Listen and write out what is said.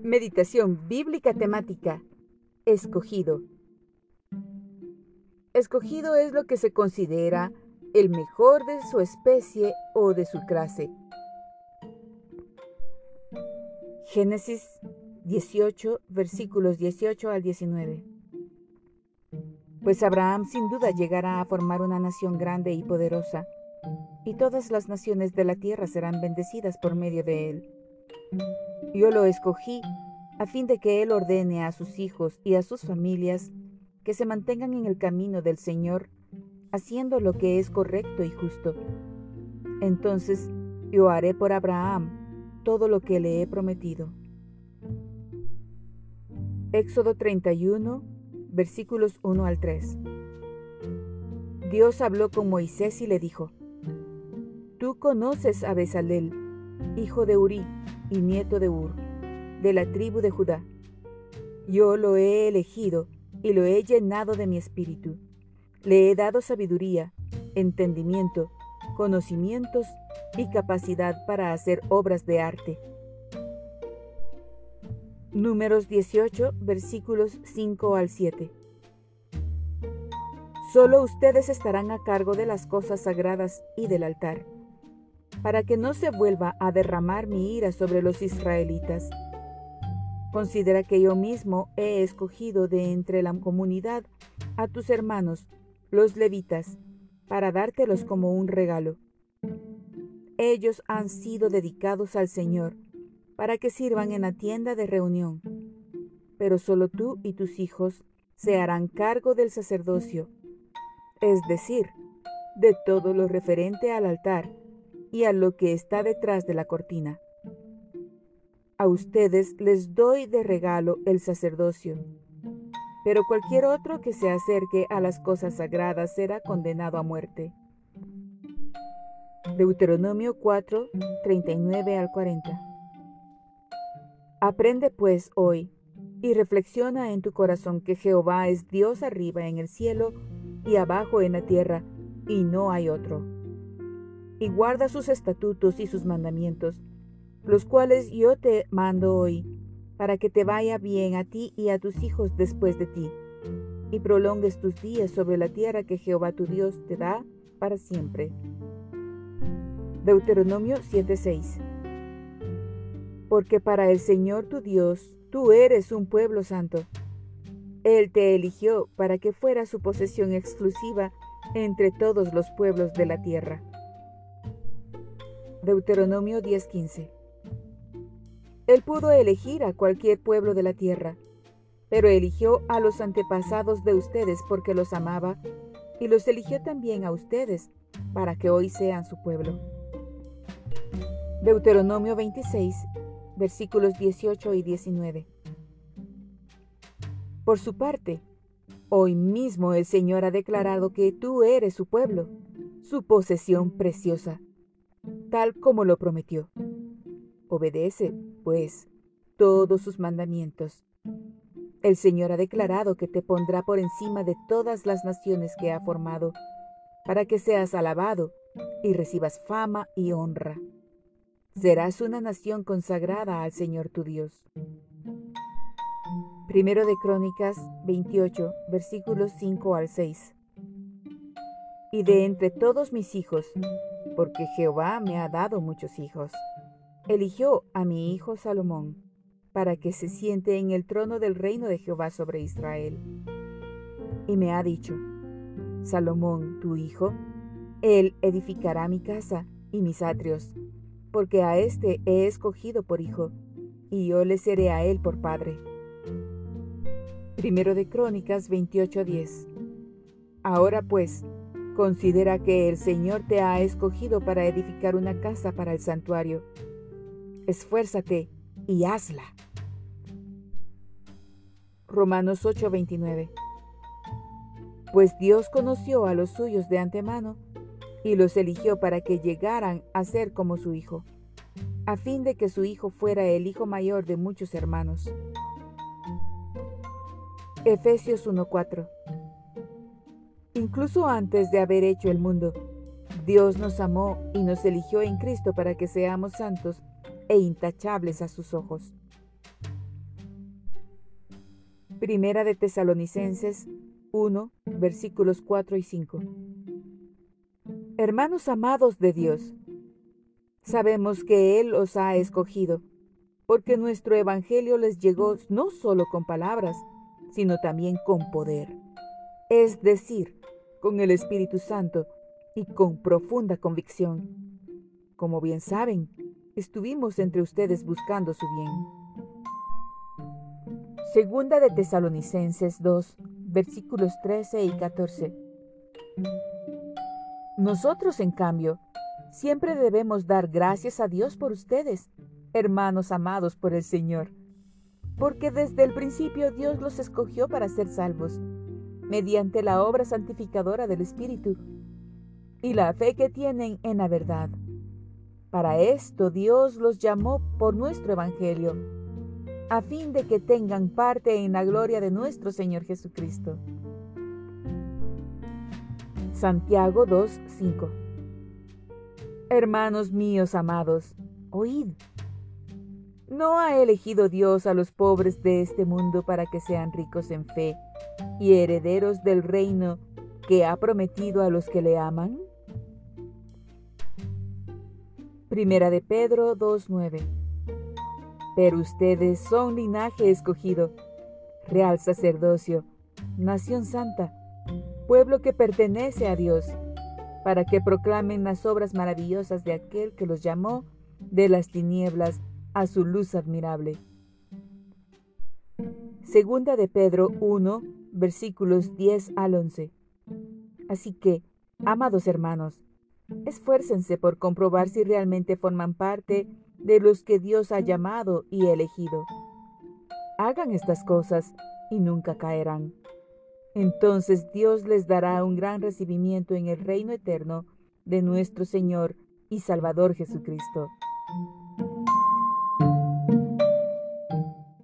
Meditación bíblica temática. Escogido. Escogido es lo que se considera el mejor de su especie o de su clase. Génesis 18, versículos 18 al 19. Pues Abraham sin duda llegará a formar una nación grande y poderosa, y todas las naciones de la tierra serán bendecidas por medio de él. Yo lo escogí a fin de que él ordene a sus hijos y a sus familias que se mantengan en el camino del Señor, haciendo lo que es correcto y justo. Entonces yo haré por Abraham todo lo que le he prometido. Éxodo 31, versículos 1 al 3. Dios habló con Moisés y le dijo: Tú conoces a Bezalel, hijo de Uri y nieto de Hur, de la tribu de Judá. Yo lo he elegido y lo he llenado de mi espíritu. Le he dado sabiduría, entendimiento, conocimientos y capacidad para hacer obras de arte. Números 18, versículos 5 al 7. Solo ustedes estarán a cargo de las cosas sagradas y del altar, para que no se vuelva a derramar mi ira sobre los israelitas. Considera que yo mismo he escogido de entre la comunidad a tus hermanos, los levitas, para dártelos como un regalo. Ellos han sido dedicados al Señor, para que sirvan en la tienda de reunión. Pero solo tú y tus hijos se harán cargo del sacerdocio, es decir, de todo lo referente al altar y a lo que está detrás de la cortina. A ustedes les doy de regalo el sacerdocio, pero cualquier otro que se acerque a las cosas sagradas será condenado a muerte. Deuteronomio 4, 39 al 40. Aprende pues hoy y reflexiona en tu corazón que Jehová es Dios arriba en el cielo y abajo en la tierra, y no hay otro. Y guarda sus estatutos y sus mandamientos, los cuales yo te mando hoy, para que te vaya bien a ti y a tus hijos después de ti, y prolongues tus días sobre la tierra que Jehová tu Dios te da para siempre. Deuteronomio 7:6. Porque para el Señor tu Dios, tú eres un pueblo santo. Él te eligió para que fueras su posesión exclusiva entre todos los pueblos de la tierra. Deuteronomio 10:15. Él pudo elegir a cualquier pueblo de la tierra, pero eligió a los antepasados de ustedes porque los amaba, y los eligió también a ustedes para que hoy sean su pueblo. Deuteronomio 26, versículos 18 y 19. Por su parte, hoy mismo el Señor ha declarado que tú eres su pueblo, su posesión preciosa, tal como lo prometió. Obedece, pues, todos sus mandamientos. El Señor ha declarado que te pondrá por encima de todas las naciones que ha formado, para que seas alabado y recibas fama y honra. Serás una nación consagrada al Señor tu Dios. Primero de Crónicas 28, versículos 5 al 6. Y de entre todos mis hijos, porque Jehová me ha dado muchos hijos, eligió a mi hijo Salomón, para que se siente en el trono del reino de Jehová sobre Israel. Y me ha dicho: Salomón, tu hijo, él edificará mi casa y mis atrios, porque a éste he escogido por hijo, y yo le seré a él por padre. Primero de Crónicas 28:10. Ahora pues, considera que el Señor te ha escogido para edificar una casa para el santuario. Esfuérzate y hazla. Romanos 8:29. Pues Dios conoció a los suyos de antemano y los eligió para que llegaran a ser como su Hijo, a fin de que su Hijo fuera el hijo mayor de muchos hermanos. Efesios 1:4. Incluso antes de haber hecho el mundo, Dios nos amó y nos eligió en Cristo para que seamos santos e intachables a sus ojos. Primera de Tesalonicenses 1, versículos 4 y 5. Hermanos amados de Dios, sabemos que Él os ha escogido, porque nuestro evangelio les llegó no solo con palabras, sino también con poder, es decir, con el Espíritu Santo y con profunda convicción. Como bien saben, estuvimos entre ustedes buscando su bien. Segunda de Tesalonicenses 2, versículos 13 y 14. Nosotros, en cambio, siempre debemos dar gracias a Dios por ustedes, hermanos amados por el Señor, porque desde el principio Dios los escogió para ser salvos, mediante la obra santificadora del Espíritu y la fe que tienen en la verdad. Para esto Dios los llamó por nuestro Evangelio, a fin de que tengan parte en la gloria de nuestro Señor Jesucristo. Santiago 2:5. Hermanos míos amados, oíd. ¿No ha elegido Dios a los pobres de este mundo para que sean ricos en fe y herederos del reino que ha prometido a los que le aman? Primera de Pedro 2:9. Pero ustedes son linaje escogido, real sacerdocio, nación santa, pueblo que pertenece a Dios, para que proclamen las obras maravillosas de aquel que los llamó de las tinieblas a su luz admirable. Segunda de Pedro 1, versículos 10 al 11. Así que, amados hermanos, esfuércense por comprobar si realmente forman parte de los que Dios ha llamado y elegido. Hagan estas cosas y nunca caerán. Entonces Dios les dará un gran recibimiento en el reino eterno de nuestro Señor y Salvador Jesucristo.